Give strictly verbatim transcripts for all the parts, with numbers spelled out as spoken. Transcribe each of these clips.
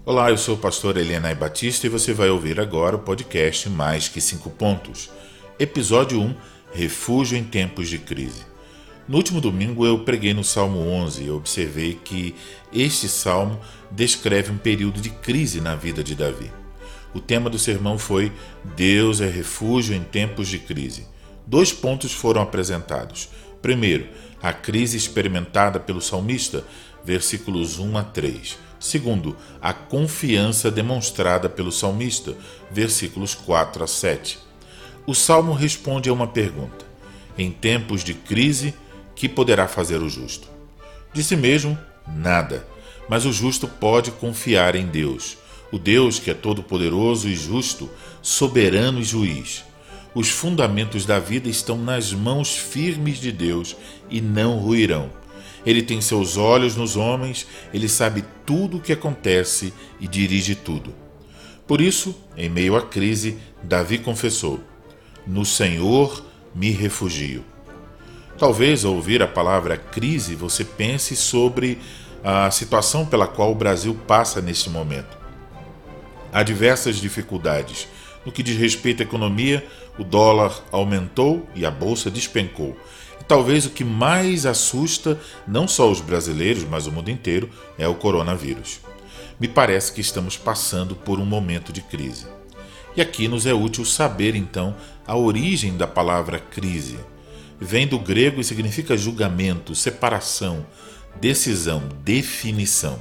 Olá, eu sou o pastor Elianai Batista e você vai ouvir agora o podcast Mais Que Cinco Pontos. Episódio um, Refúgio em Tempos de Crise. No último domingo eu preguei no Salmo onze e observei que este salmo descreve um período de crise na vida de Davi. O tema do sermão foi Deus é refúgio em tempos de crise. Dois pontos foram apresentados. Primeiro, a crise experimentada pelo salmista, versículos um a três. Segundo, a confiança demonstrada pelo salmista, versículos quatro a sete. O salmo responde a uma pergunta: em tempos de crise, que poderá fazer o justo? De si mesmo, nada, mas o justo pode confiar em Deus, o Deus que é todo-poderoso e justo, soberano e juiz. Os fundamentos da vida estão nas mãos firmes de Deus e não ruirão. Ele tem seus olhos nos homens, ele sabe tudo o que acontece e dirige tudo. Por isso, em meio à crise, Davi confessou: no Senhor me refugio. Talvez ao ouvir a palavra crise você pense sobre a situação pela qual o Brasil passa neste momento. Há diversas dificuldades. No que diz respeito à economia, o dólar aumentou e a bolsa despencou. E talvez o que mais assusta, não só os brasileiros, mas o mundo inteiro, é o coronavírus. Me parece que estamos passando por um momento de crise. E aqui nos é útil saber, então, a origem da palavra crise. Vem do grego e significa julgamento, separação, decisão, definição.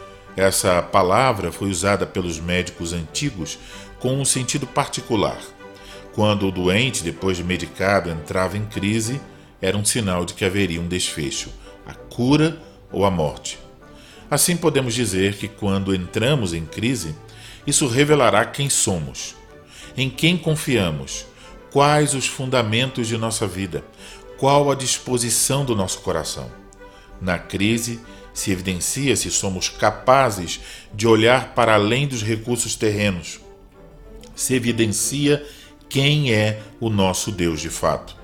Essa palavra foi usada pelos médicos antigos com um sentido particular. Quando o doente, depois de medicado, entrava em crise, era um sinal de que haveria um desfecho, a cura ou a morte. Assim podemos dizer que quando entramos em crise, isso revelará quem somos, em quem confiamos, quais os fundamentos de nossa vida, qual a disposição do nosso coração. Na crise, se evidencia se somos capazes de olhar para além dos recursos terrenos. Se evidencia quem é o nosso Deus de fato.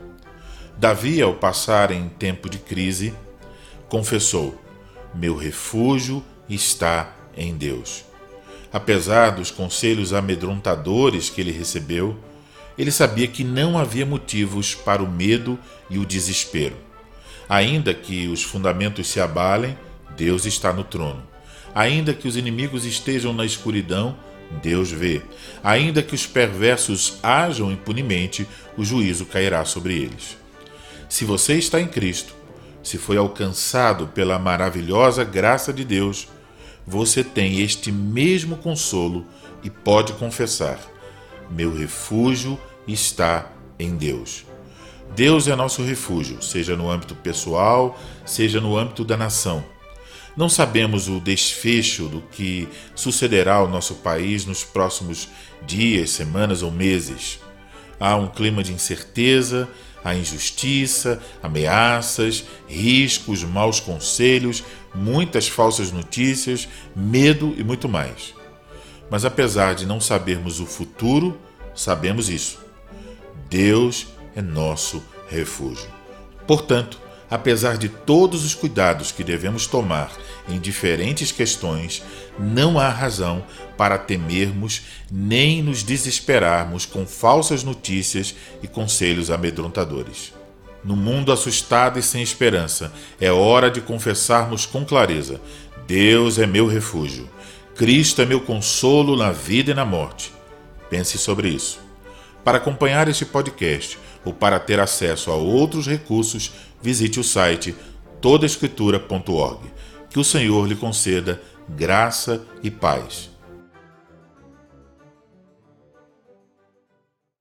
Davi, ao passar em tempo de crise, confessou: meu refúgio está em Deus. Apesar dos conselhos amedrontadores que ele recebeu, ele sabia que não havia motivos para o medo e o desespero. Ainda que os fundamentos se abalem, Deus está no trono. Ainda que os inimigos estejam na escuridão, Deus vê. Ainda que os perversos ajam impunemente, o juízo cairá sobre eles. Se você está em Cristo, se foi alcançado pela maravilhosa graça de Deus, você tem este mesmo consolo e pode confessar: meu refúgio está em Deus. Deus é nosso refúgio, seja no âmbito pessoal, seja no âmbito da nação. Não sabemos o desfecho do que sucederá ao nosso país nos próximos dias, semanas ou meses. Há um clima de incerteza, há injustiça, ameaças, riscos, maus conselhos, muitas falsas notícias, medo e muito mais. Mas apesar de não sabermos o futuro, sabemos isso: Deus é nosso refúgio. Portanto, apesar de todos os cuidados que devemos tomar em diferentes questões, não há razão para temermos nem nos desesperarmos com falsas notícias e conselhos amedrontadores. No mundo assustado e sem esperança, é hora de confessarmos com clareza: Deus é meu refúgio. Cristo é meu consolo na vida e na morte. Pense sobre isso. Para acompanhar este podcast ou para ter acesso a outros recursos, visite o site toda escritura ponto org. Que o Senhor lhe conceda graça e paz.